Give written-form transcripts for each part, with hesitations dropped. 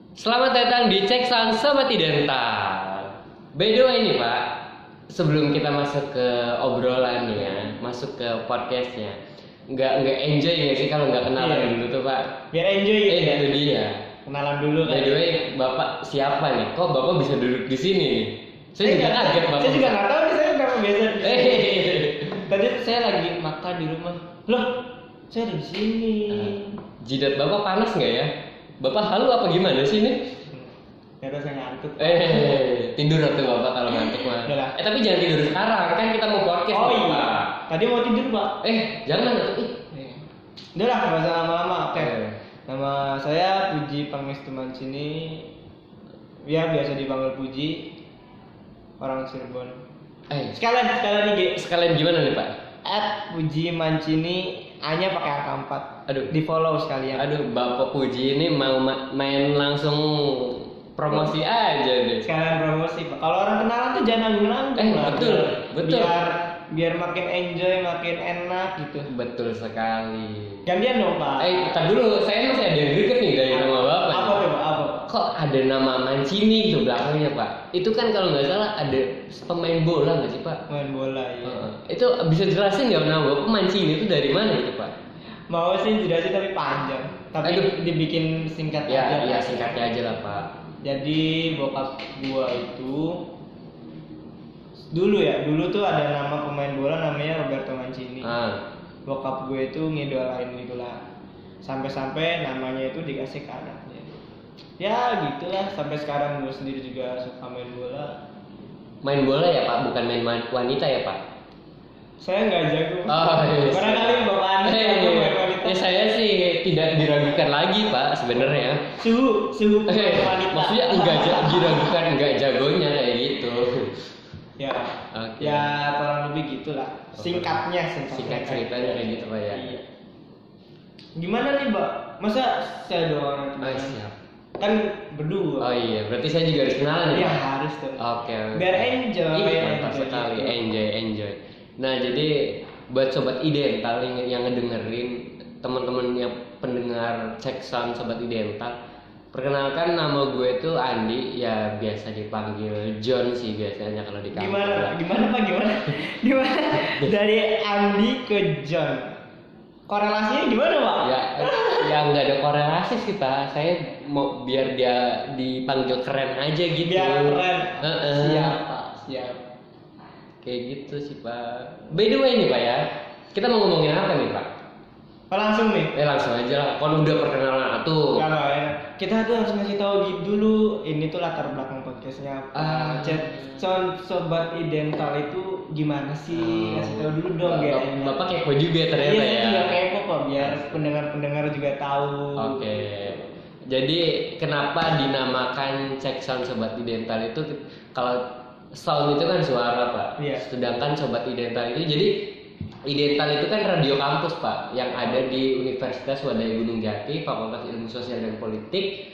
Selamat datang di Cek Sound Sobat Dental. By the way nih Pak, sebelum kita masuk ke obrolannya, masuk ke podcastnya, nggak enjoy nggak sih kalau nggak kenalan dulu tuh Pak? Biar enjoy gitu ya. Itu dia. Kenalan dulu kan. By the way, Bapak siapa nih? Kok Bapak bisa duduk di sini nih? Saya juga kaget Bapak. Saya juga nggak tahu nih, saya kenapa biasa. Tadi Eh, saya lagi makan di rumah. Loh, saya ada di sini. jidat Bapak panas nggak ya? Bapak halu apa gimana sih ini? Ternyata saya ngantuk. Tidur atau Bapak kalau ngantuk mah. Udah lah. Tapi jangan tidur sekarang, kan kita mau podcast Oh nih, iya. Pak. Tadi mau tidur Pak. Jangan atuh. Udah lah, nggak usah lama-lama. Oke. Eh. Nama saya Puji Pangestu Mancini. Ya biasa dipanggil Puji. Orang Cirebon. Sekalian IG. Sekalian gimana nih Pak? @Puji Mancini, A-nya pakai angka 4. Aduh. Di follow sekalian. Aduh, Bapak Puji ini mau main langsung promosi aja deh. Sekalian promosi Pak. Kalau orang kenalan tuh jangan nanggung-nanggung lah. Betul. Biar makin enjoy, makin enak gitu. Betul sekali. Gantian dong Pak. Ntar dulu, saya masih ada yang greget nih dari nama Bapak. Apa tuh Pak? Apa? Kok ada nama Mancini gitu belakangnya Pak? Itu kan kalau nggak salah ada pemain bola nggak sih Pak? Main bola ya. Itu bisa jelasin nggak nama Bapak Mancini itu dari mana itu Pak? Mau sih jelasin tapi panjang. Tapi dibikin singkat aja. Ya singkatnya aja lah Pak. Jadi bokap gua itu dulu tuh ada nama pemain bola namanya Roberto Mancini. Bokap gue itu ngidolain gitulah. Sampai-sampai namanya itu dikasih ke anaknya. Ya gitulah, sampai sekarang gue sendiri juga suka main bola. Main bola ya Pak, bukan main wanita ya Pak? Saya nggak jago. Yes. Barangkali Bapak Anda jago main wanita. Saya sih tidak diragukan lagi Pak sebenarnya. Suhu wanita. Maksudnya diragukan enggak jagonya kayak gitu. Ya. Okay. Ya kurang lebih gitulah. Singkat ceritanya kayak gitu Pak ya. Iya. Gimana nih Mbak? Masa saya doang nanti? Siap. Kan berdua. Oh iya, berarti saya juga harus kenalan ya? Iya harus tuh. Oke. Biar enjoy. Mantap sekali, enjoy. Nah jadi buat sobat Idental yang ngedengerin, teman-teman yang pendengar Cek Sound Sobat Idental, perkenalkan nama gue tuh Andi, ya biasa dipanggil John sih biasanya kalau di kantor. Gimana Pak? Gimana? Dari Andi ke John. Korelasinya gimana Pak? Ya nggak ada korelasi sih Pak. Saya mau biar dia dipanggil keren aja gitu. Biar keren. Siap Pak, siap. Kayak gitu sih Pak. By the way nih Pak ya, kita mau ngomongin apa nih Pak? Langsung nih. Langsung aja lah. Kan udah perkenalan atuh. Enggak ya. Kita tuh harus ngasih tahu gitu dulu. Ini tuh latar belakang podcastnya. Cek Sobat Idental itu gimana sih? Kasih tahu dulu dong ya. Bapak kepo juga ternyata ya. Iya, juga kepo kok biar pendengar juga tahu. Oke. Jadi kenapa dinamakan Cek Sound Sobat Idental itu? Kalau sound itu kan suara Pak. Iya. Sedangkan Sobat Idental itu jadi Idental itu kan radio kampus Pak yang ada di Universitas Wadaya Gunung Jati, Fakultas Ilmu Sosial dan Politik,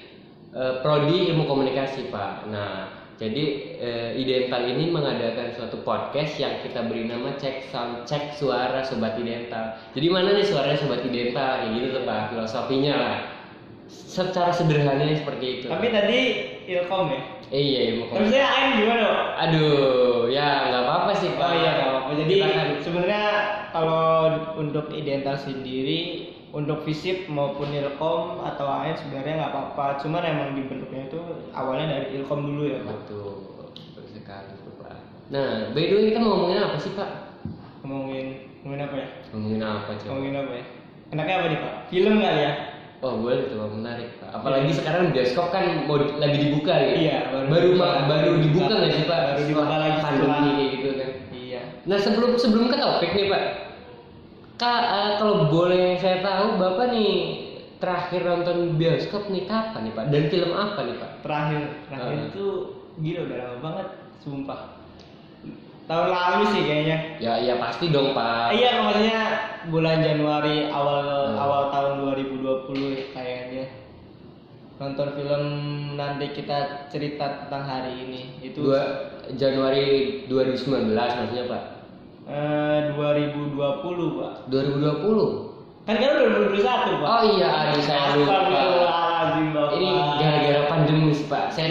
Prodi Ilmu Komunikasi Pak. Nah, jadi Idental ini mengadakan suatu podcast yang kita beri nama Cek Sound, Cek Suara Sobat Idental. Jadi mana nih suaranya Sobat Idental? Kayak gitu tuh Pak, filosofinya lah. Secara sederhananya seperti itu. Tapi tadi Ilkom ya? Iya, ilmu komunikasi. Tapi saya AIN gimana Pak? Aduh, ya nggak apa-apa sih Pak. Oh iya nggak apa-apa. Jadi kan sebenarnya kalau untuk Idental sendiri, untuk FISIP maupun Ilkom atau AIN sebenarnya nggak apa-apa. Cuman emang dibentuknya itu awalnya dari Ilkom dulu ya Pak. Betul sekali Pak. Nah, by the way kita mau ngomongin apa sih Pak? Ngomongin apa ya? Ngomongin apa coba? Ngomongin apa ya? Enaknya apa nih Pak? Film kali ya? Oh boleh tuh, menarik Pak. Apalagi sekarang bioskop kan lagi dibuka ya. Iya. Baru dibuka nggak sih Pak? Baru dibuka lagi pandemi kayak gitu kan. Iya. Nah sebelum ke topik nih Pak, kalau boleh saya tahu Bapak nih terakhir nonton bioskop nih kapan nih Pak? Dan film apa nih Pak? Terakhir itu gila udah lama banget, sumpah. Tahun lalu sih kayaknya. Ya pasti dong Pak. Iya maksudnya bulan Januari awal tahun 2020 kayaknya. Nonton film nanti kita cerita tentang hari ini itu Januari 2019 maksudnya Pak? 2020 Pak. 2020? Kan 2021 Pak. Oh iya, aduh saya lupa. Astagfirullahaladzim Bapak. Ini gara-gara pandemi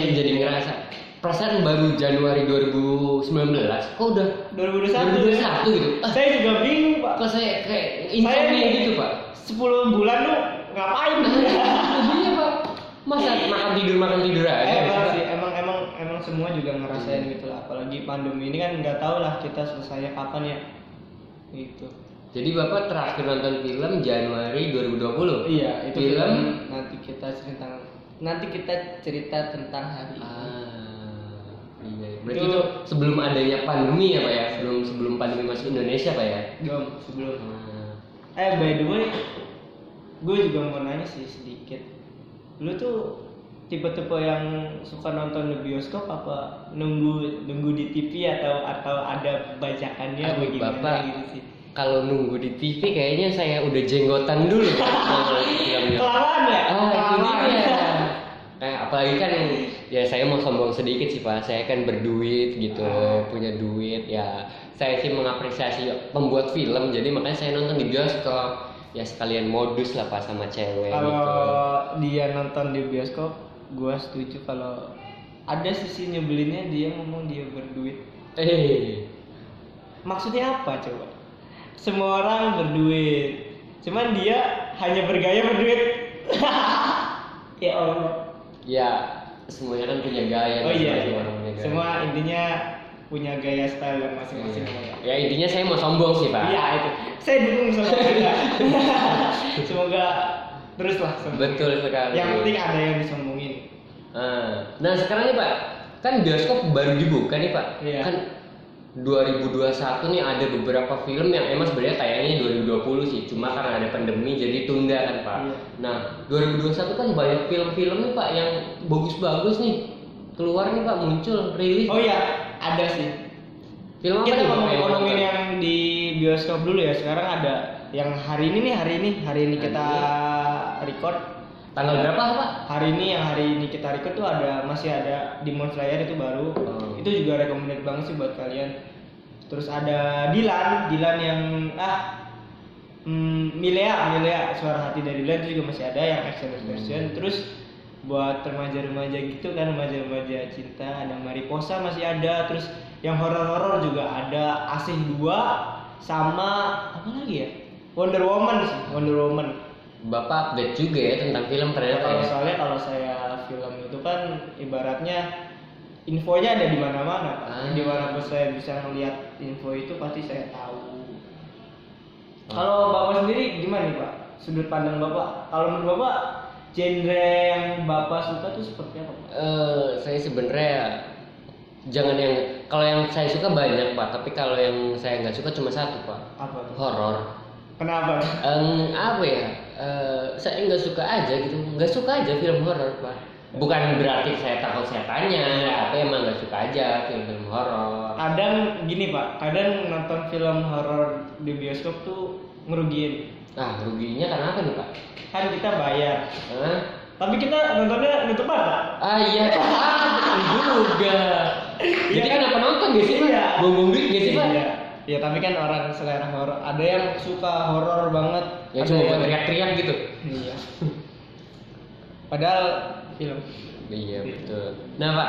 jadi ngerasa perasaan baru Januari 2019 kok udah 2021 gitu. Saya juga bingung Pak. Kok saya kayak insomnia gitu Pak. 10 bulan lu ngapain? Iya Pak. Masa makan tidur aja. Emang semua juga ngerasain gitu lah. Apalagi pandemi ini kan nggak tahu lah kita selesainya kapan ya. Gitu. Jadi Bapak terakhir nonton film Januari 2020. Iya, itu film nanti kita cerita tentang hari ini. Iya. Berarti itu sebelum adanya pandemi ya Pak ya? Sebelum pandemi masuk Indonesia Pak ya? Sebelum. By the way, gue juga mau nanya sih sedikit. Lu tuh tipe-tipe yang suka nonton di bioskop apa nunggu di TV atau ada bajakannya bagaimana Bapak, gitu sih? Kalau nunggu di TV kayaknya saya udah jenggotan dulu Pak. Kelamaan ya? Itu dia. Apalagi kan ya saya mau sombong sedikit sih Pak. Saya kan berduit gitu, punya duit ya. Saya sih mengapresiasi pembuat film, jadi makanya saya nonton di bioskop. Ya sekalian modus lah Pak sama cewek kalau gitu. Dia nonton di bioskop, gua setuju. Kalau ada sisi nyebelinnya dia ngomong dia berduit. Maksudnya apa coba? Semua orang berduit, cuman dia hanya bergaya berduit. Ya Allah. Ya semuanya kan punya gaya. Oh iya. Semua intinya punya gaya style yang masing-masing. Ya intinya saya mau sombong sih Pak. Iya itu. Saya dukung semoga. Semoga teruslah. Betul sekali. Yang penting ada yang disombongin. Nah sekarang nih Pak, kan bioskop baru dibuka nih Pak. Iya. Kan 2021 nih ada beberapa film yang emang sebenarnya tayangnya 2020 sih, cuma karena ada pandemi jadi tunda kan Pak. Iya. Nah 2021 kan banyak film-film nih Pak yang bagus-bagus nih keluar nih Pak, muncul rilis. Oh iya, ada sih. Film apa Kita nih ngomongin yang di bioskop dulu ya. Sekarang ada yang hari ini kita record. Tanggal berapa Pak? Hari ini kita record tuh masih ada Demon Slayer itu baru. Itu juga recommended banget sih buat kalian. Terus ada Dilan yang Milea Suara Hati dari Dilan itu juga masih ada yang extended version. Terus buat remaja-remaja gitu kan, remaja-remaja cinta, ada Mariposa masih ada. Terus yang horor-horor juga ada Asih 2 sama apa lagi ya? Wonder Woman. Bapak update juga ya tentang film ternyata. Soalnya kalau saya film itu kan ibaratnya infonya ada di mana-mana Pak. Di mana pun saya bisa melihat info itu pasti saya tahu. Kalau Bapak sendiri gimana nih Pak? Sudut pandang Bapak. Kalau menurut Bapak genre yang Bapak suka tuh seperti apa Pak? Saya sebenarnya jangan kalau yang saya suka banyak Pak, tapi kalau yang saya nggak suka cuma satu Pak. Apa tuh? Horor. Kenapa? Apa ya? Saya nggak suka aja film horor Pak. Bukan berarti saya takut setannya, tapi emang nggak suka aja film horor. Kadang gini Pak, kadang nonton film horor di bioskop tuh ngerugiin. Ruginya karena apa nih Pak? Kan kita bayar. Tapi kita nontonnya nutup mata. Iya. Betul juga. Jadi kenapa nonton gak sih Pak? Iya. Buang duit gak sih Pak? Iya. Ya tapi kan orang selera horor. Ada yang suka horor banget. Ya cuma buat teriak-teriak gitu. Iya. Padahal film. Iya betul. Nah Pak,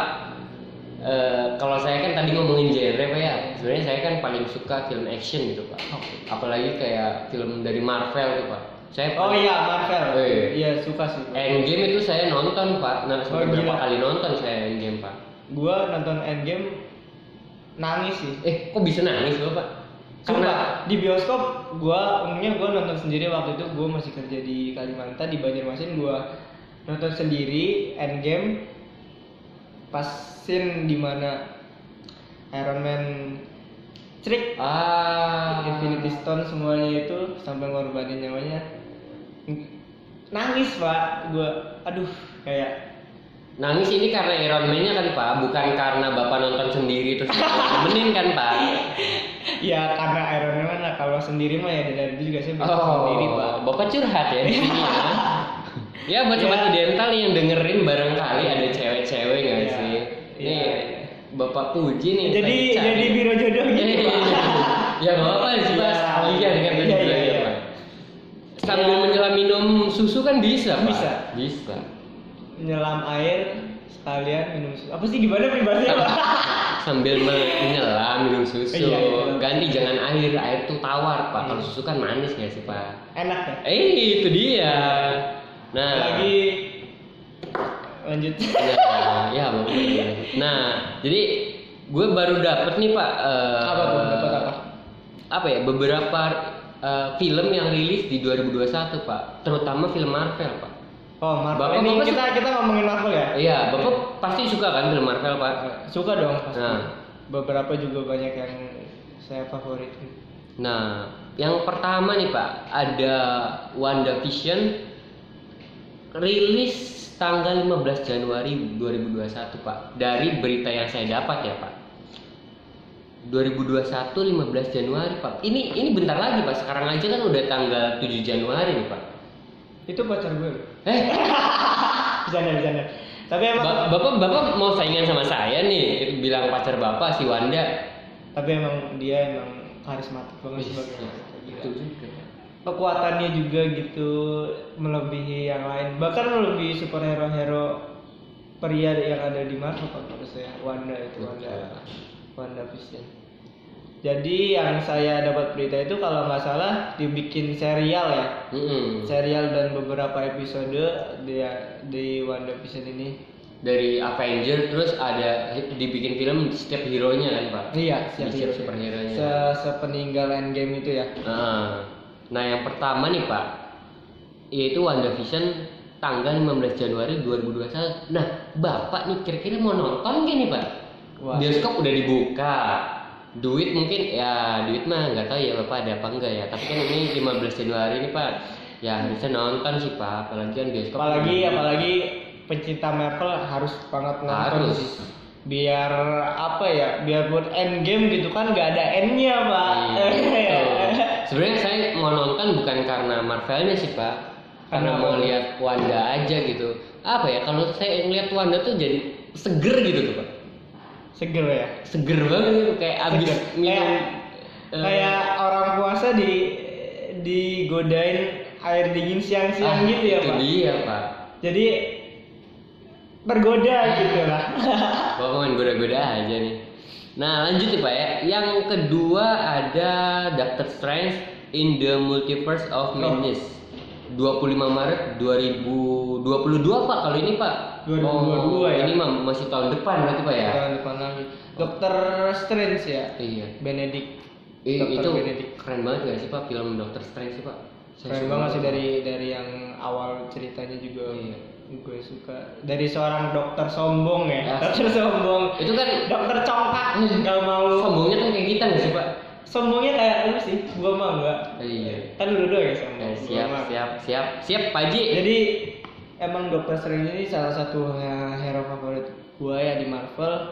kalau saya kan tadi ngomongin genre Pak ya. Sebenarnya saya kan paling suka film action gitu Pak. Apalagi kayak film dari Marvel tuh Pak. Marvel. Iya suka sih. Endgame itu saya nonton Pak. Sampai berapa kali nonton saya Endgame Pak. Gua nonton Endgame nangis sih. Kok bisa nangis lo Pak? Karena di bioskop umumnya gua nonton sendiri. Waktu itu gua masih kerja di Kalimantan, di Banjarmasin. Gua nonton sendiri Endgame pas scene dimana Iron Man cerik, Infinity Stone semuanya itu sampai ngorbanin nyawanya. Nangis Pak, gua kayak nangis ini karena Iron Man-nya kan Pak, bukan karena Bapak nonton sendiri terus nemenin kan Pak. Ya karena Iron Man lah, kalau sendiri mah ya dari juga saya bisa sendiri Pak. Bapak curhat ya di sini ya. Ya buat sobat Idental yang dengerin barangkali ada cewek-cewek nggak sih? Nih Bapak puji nih. Jadi biro jodoh gitu Pak. Ya nggak apa-apa sih Pak, sekalian kan tadi ya Pak. Sambil menyelam minum susu kan bisa Pak. Bisa. Menyelam air sekalian minum susu. Apa sih gimana pribadinya Pak? Sambil menyelam minum susu. Iya. Ganti jangan air tuh tawar Pak. Kalau susu kan manis nggak sih Pak? Enak ya. Itu dia. Nah. Lagi lanjut. Ya Bapak. Nah, jadi gue baru dapet nih Pak. Apa tuh? Dapat apa? Apa ya? Beberapa film yang rilis di 2021 Pak. Terutama film Marvel Pak. Oh Marvel. Ini kita ngomongin Marvel ya? Iya, Bapak pasti suka kan film Marvel Pak? Suka dong pasti. Nah, beberapa juga banyak yang saya favorit. Nah, yang pertama nih Pak, ada WandaVision rilis tanggal 15 Januari 2021 Pak. Dari berita yang saya dapat ya Pak. 2021 15 Januari Pak. Ini bentar lagi Pak. Sekarang aja kan udah tanggal 7 Januari nih Pak. Itu pacar gue. Bercanda. Tapi emang Bapak mau saingan sama saya nih, bilang pacar Bapak si Wanda. Tapi emang dia emang karismatik banget sebagai gitu juga. Kekuatannya juga gitu melebihi yang lain. Bahkan melebihi superhero-hero pria yang ada di Marvel menurut saya. WandaVision. Jadi yang saya dapat berita itu kalau nggak salah dibikin serial ya. Serial dan beberapa episode di WandaVision ini. Dari Avenger terus ada dibikin film setiap hero-nya kan Pak? Iya, setiap superhero-nya. Sepeninggal Endgame itu ya. Nah yang pertama nih Pak, yaitu WandaVision tanggal 15 Januari 2021. Nah Bapak nih kira-kira mau nonton gini Pak? Wah. Bioskop udah dibuka. Duit mungkin ya duit mah nggak tahu ya Bapak ada apa enggak ya. Tapi kan ini 15 Januari nih Pak. Ya harusnya nonton sih Pak. Apalagi kan bioskop. Apalagi pencinta Marvel harus banget nonton. Biar apa ya? Biar buat Endgame gitu kan nggak ada N-nya Pak. Iya. Sebenarnya saya mau nonton bukan karena Marvelnya sih Pak. Karena mau lihat Wanda aja gitu. Apa ya? Kalau saya ngeliat Wanda tuh jadi seger gitu tuh Pak. Seger ya? Seger banget gitu, kayak abis minum kayak orang puasa digodain air dingin siang-siang gitu ya Pak? Itu dia Pak. Jadi bergoda gitu lah. Bapak main goda-goda aja nih. Nah lanjut nih Pak ya. Yang kedua ada Doctor Strange in the Multiverse of Madness. 25 Maret 2022 Pak kalau ini Pak. 2022 ya. Ini masih tahun depan berarti Pak ya. Tahun depan lagi. Doctor Strange ya. Iya. Benedict. Itu Benedict. Keren banget gak sih Pak film Doctor Strange sih Pak? Keren banget sih dari yang awal ceritanya juga. Iya. Gue suka dari seorang dokter sombong ya. Dokter sombong. Itu kan dokter congkak nggak mau. Sombongnya kan kayak kita nggak sih Pak? Sombongnya kayak lu sih, gua mah enggak. Iya. Kan lu dua ya sombong. Siap Pak Haji. Jadi emang Doctor Strange ini salah satu hero favorit gua ya di Marvel.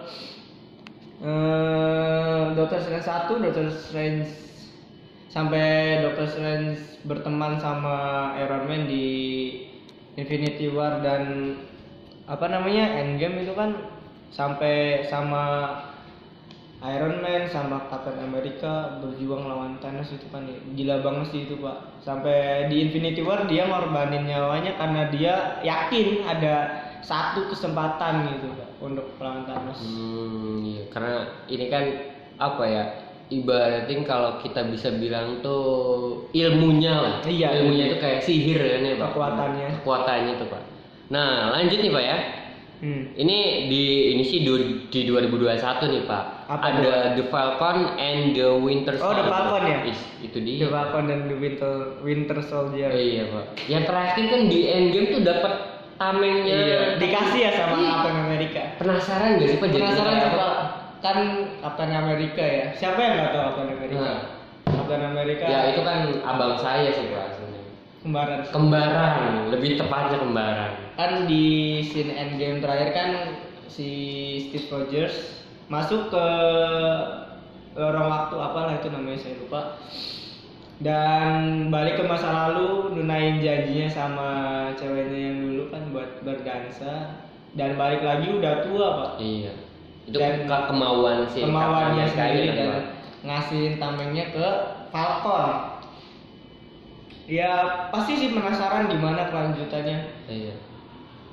Doctor Strange 1, Doctor Strange sampai Doctor Strange berteman sama Iron Man di Infinity War dan Endgame itu kan sampai sama Iron Man sama Captain America berjuang lawan Thanos itu kan gila banget sih itu Pak. Sampai di Infinity War dia ngorbanin nyawanya karena dia yakin ada satu kesempatan gitu Pak untuk melawan Thanos. Iya, karena ini kan apa ya? Ibaratin kalau kita bisa bilang tuh ilmunya lah. Iya, ilmunya itu kayak sihir kan ya Pak. Kekuatannya tuh Pak. Nah, lanjut nih Pak ya. Ini di 2021 nih Pak. Ada The Falcon and the Winter Soldier. Oh, The Falcon ya? Itu dia. The Falcon dan the Winter Soldier. Iya Pak. Yang terakhir kan di Endgame tuh dapat tamengnya. Iya. Dikasih ya sama Captain America. Penasaran gak sih Pak? Penasaran sih Pak. Kan Captain America ya. Siapa yang nggak tahu Captain America? Captain America. Ya itu kan abang saya sih Pak. Kembaran, lebih tepatnya kembaran. Kan di scene Endgame terakhir kan si Steve Rogers masuk ke lorong waktu apalah itu namanya saya lupa, dan balik ke masa lalu nunain janjinya sama ceweknya yang dulu kan buat berdansa, dan balik lagi udah tua Pak. Iya. Itu dan kemauannya sendiri dan ngasihin tamengnya ke Falcon. Ya pasti sih penasaran gimana kelanjutannya. Iya.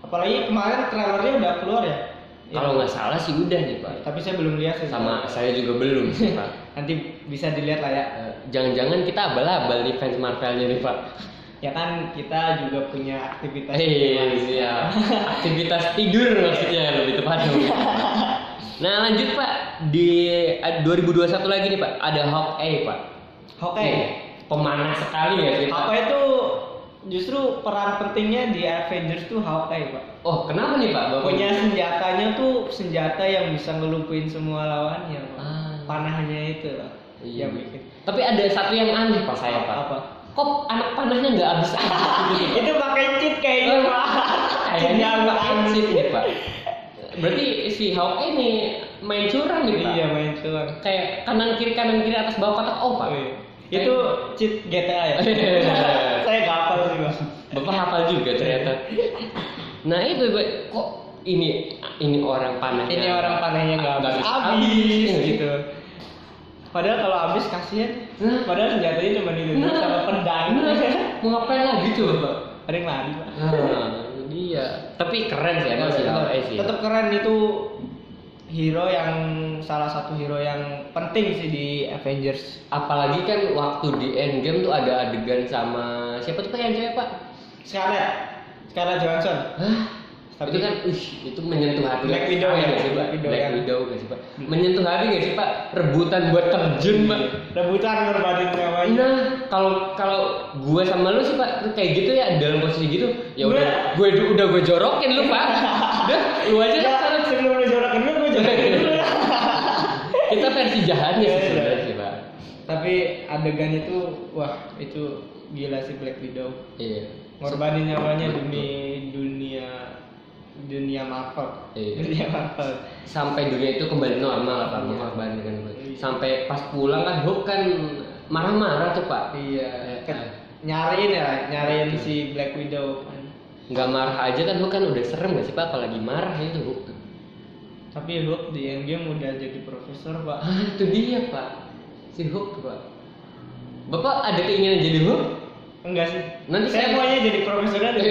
Apalagi kemarin trailernya udah keluar ya. Kalau nggak salah sih udah nih Pak. Tapi saya belum lihat sih. Sama saya juga belum sih Pak. Nanti bisa dilihat lah ya. Jangan-jangan kita abal-abal nih fans Marvelnya nih Pak. Ya kan kita juga punya aktivitas. Iya. Aktivitas tidur maksudnya lebih tepatnya. Nah lanjut Pak, di 2021 lagi nih Pak, ada Hawkeye Pak. Hawkeye. Pemanas sekali ya sih Pak. Hawkeye itu justru peran pentingnya di Avengers tuh Hawkeye Pak. Oh kenapa nih Pak? Punya senjatanya tuh senjata yang bisa ngelumpuhin semua lawannya Pak. Panahnya itu Pak. Iya. Yang bikin. Tapi ada satu yang aneh Pak saya Pak. Apa? Kok anak panahnya nggak habis gitu? Itu pakai cheat kayaknya Pak. Kayaknya pakai cheat nih Pak. Berarti si Hawkeye ini main curang nih Pak. Iya main curang. Kayak kanan kiri atas bawah kotak Pak. Oh, iya. Itu cheat GTA ya? Saya nggak hafal sih Pak. Bapak hafal juga ternyata. Nah itu kok ini orang panahnya. Ini orang panahnya nggak habis gitu. Padahal kalau habis kasihan. Padahal senjatanya cuma itu sama pedang. Mau ngapain lagi tuh Bapak? Ada yang lari Pak. Iya. Tapi keren sih emang sih Hawkeye sih. Tetap keren itu salah satu hero yang penting sih di Avengers. Apalagi kan waktu di Endgame tuh ada adegan sama siapa tuh Pak yang cewek Pak? Scarlett Johansson. Hah? Itu kan, itu menyentuh hati. Black Widow ya, sih Pak? Black Widow gak sih Pak? Hmm. Menyentuh hati gak sih Pak? Rebutan buat terjun Pak. Rebutan ngorbanin nyawanya. Nah, kalau gue sama lu sih Pak kayak gitu ya dalam posisi gitu, ya udah gue jorokin lu Pak. Udah, lu aja ya, sekarang. Sebelum lu jorokin gue jorokin dulu. Kita versi jahatnya sih sebenarnya sih Pak. Tapi adegan itu, wah itu gila sih Black Widow. Iya. Ngorbanin nyawanya demi dunia Marvel. Iya. Dunia Marvel. Sampai dunia itu kembali normal Pak, mengorbankan kan. Sampai pas pulang kan Hulk kan marah-marah tuh Pak. Iya. Nyariin si Black Widow. Nggak marah aja kan Hulk kan udah serem gak sih Pak kalau lagi marah itu Hulk. Tapi Hulk di Endgame udah jadi profesor Pak. Itu dia Pak. Si Hulk Pak. Bapak ada keinginan jadi Hulk? Enggak sih. Nanti saya maunya jadi profesor aja.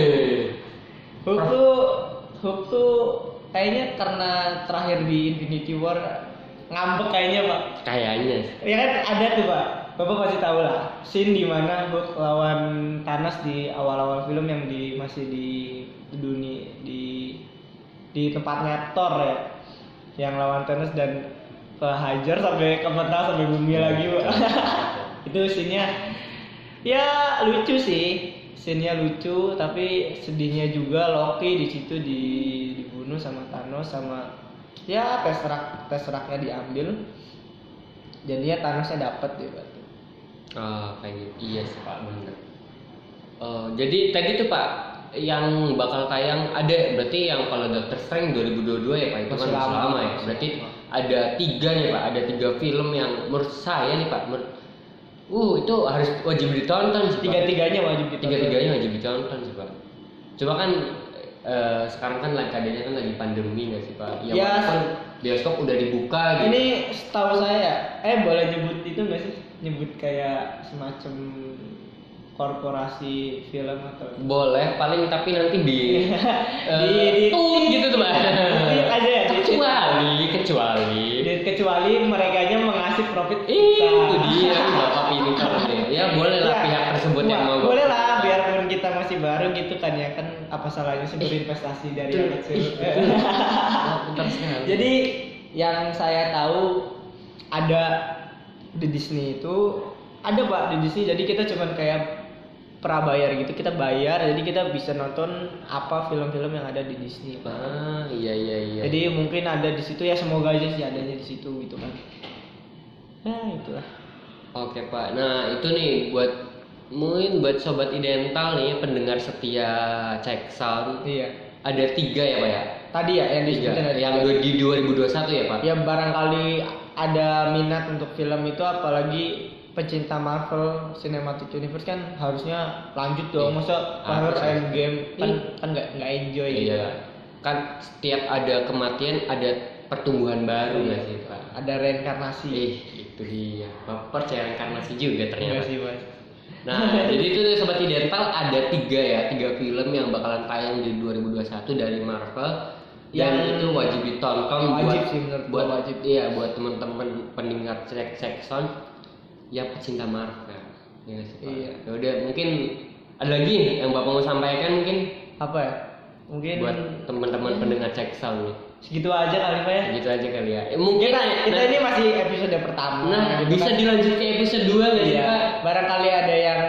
Hulk tuh kayaknya karena terakhir di Infinity War ngambek kayaknya Pak. Kayaknya. Ya kan ada tuh Pak. Bapak pasti tahu lah. Scene di mana Hulk lawan Thanos di awal-awal film yang masih di dunia di tempatnya Thor ya. Yang lawan Thanos dan kehajar sampai kemental sampai bumi lagi Pak. Itu scene-nya ya lucu sih. Scene-nya lucu tapi sedihnya juga Loki di situ dibunuh sama Thanos sama ya Tesseract-nya diambil. Jadinya Thanos-nya dapat gitu. Kayak gitu. Iya sih Pak bener. Jadi tadi tuh Pak yang bakal tayang ada berarti yang kalau Doctor Strange 2022 ya Pak itu kan masih lama ya. Berarti ada 3 nih Pak, ada 3 film yang menurut saya nih Pak itu harus wajib ditonton sih Pak. Tiga-tiganya wajib ditonton sih Pak. Coba kan sekarang kan keadaannya kan lagi pandemi nggak sih Pak? Ya walaupun bioskop udah dibuka gitu. Ini setahu saya boleh nyebut itu nggak sih? Nyebut kayak semacam korporasi film atau boleh paling tapi nanti di tut gitu tuh Pak. Aja ya. Kecuali merekanya mengasih profit. Itu dia Bapak pintar deh. Ya boleh lah pihak tersebut yang mau. Boleh lah biarpun kita masih baru gitu kan ya kan apa salahnya sih berinvestasi dari yang kecil. Pintar sekali. Jadi yang saya tahu ada di Disney itu ada Pak di Disney jadi kita cuman kayak prabayar gitu kita bayar jadi kita bisa nonton apa film-film yang ada di Disney Pak. Iya. Jadi mungkin ada di situ ya semoga aja sih adanya di situ gitu kan. Nah itulah. Oke Pak. Nah itu nih mungkin buat sobat Idental nih pendengar setia Cek Sound. Iya. Ada 3 ya Pak ya. Tadi ya yang disebutin yang di 2021 ya Pak. Ya barangkali ada minat untuk film itu apalagi pecinta Marvel Cinematic Universe kan harusnya lanjut dong masa harus Endgame kan nggak enjoy gitu. Kan setiap ada kematian ada pertumbuhan baru nggak sih Pak? Ada reinkarnasi. Itu dia. Bapak percaya reinkarnasi juga ternyata. Sih, Mas. Nah, jadi itu Sobat Idental ada tiga film yang bakalan tayang di 2021 dari Marvel dan itu wajib ditonton wajib sih menurut buat gua wajib. Iya, buat teman-teman pendengar Cek Sound ya pecinta Marvel. Ya nggak sih, Pak? Iya. Ya udah, mungkin ada lagi nih yang Bapak mau sampaikan mungkin Apa ya? Mungkin buat teman-teman pendengar Cek Sound nih. segitu aja kali Pak ya. Gitu aja kali ya. Mungkin Kita ini masih episode pertama. nah, gitu bisa kan. dilanjut ke episode 2 nggak sih, Iya. Pak? Barangkali ada yang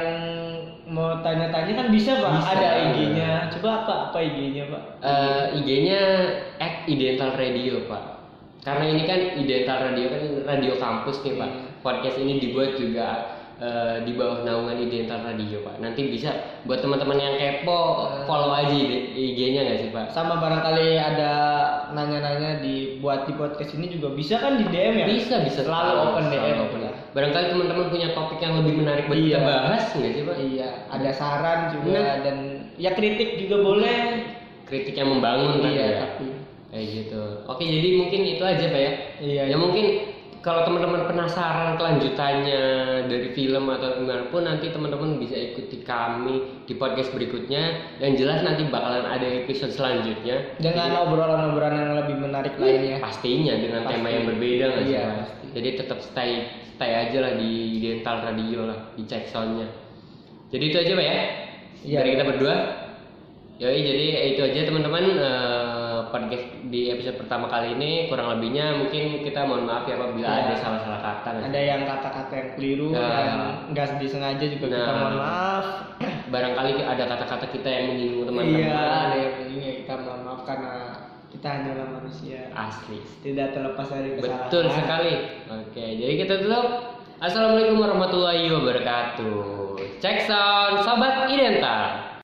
mau tanya-tanya kan bisa Pak. Bisa. Ada IG-nya. Coba apa IG-nya Pak? IG-nya @identalradio, Pak. Karena ini kan Idental Radio kan radio kampus nih, Pak. Podcast ini dibuat juga di bawah naungan Idental Radio, Pak. Nanti bisa buat teman-teman yang kepo follow aja IG-nya nggak sih, Pak? Sama barangkali ada nanya-nanya buat di podcast ini juga bisa kan di DM ya? Bisa Selalu open selalu DM. open. Barangkali teman-teman punya topik yang lebih menarik buat kita bahas nggak sih, Pak? Iya, ada saran juga dan ya kritik juga boleh. Kritik yang membangun kan Iya, ya. tapi Kayak gitu. Oke, jadi mungkin itu aja, Pak ya. Iya. Ya mungkin kalau teman-teman penasaran kelanjutannya dari film atau gimana pun, nanti teman-teman bisa ikuti kami di podcast berikutnya. Yang jelas nanti bakalan ada episode selanjutnya dengan obrolan-obrolan yang lebih menarik lainnya. pastinya dengan tema yang berbeda nggak sih, Iya, Pak? pasti. Jadi tetap stay aja lah di Dental Radio lah, di Cek Soundnya. Jadi itu aja, Pak ya. Iya. Dari kita berdua. Yoi, jadi itu aja teman-teman, podcast di episode pertama kali ini. Kurang lebihnya mungkin kita mohon maaf ya apabila Ya. ada salah-salah kata. Ada yang kata-kata yang keliru Nah. dan nggak disengaja juga kita Nah. mohon maaf. Barangkali ada kata-kata kita yang menyinggung teman-teman. Iya, ada yang ini kita mohon maaf karena kita hanyalah manusia. Asli. Tidak terlepas dari kesalahan. Betul sekali. Oke, jadi kita tutup. Assalamualaikum warahmatullahi wabarakatuh. Cek Sound, Sobat Idental.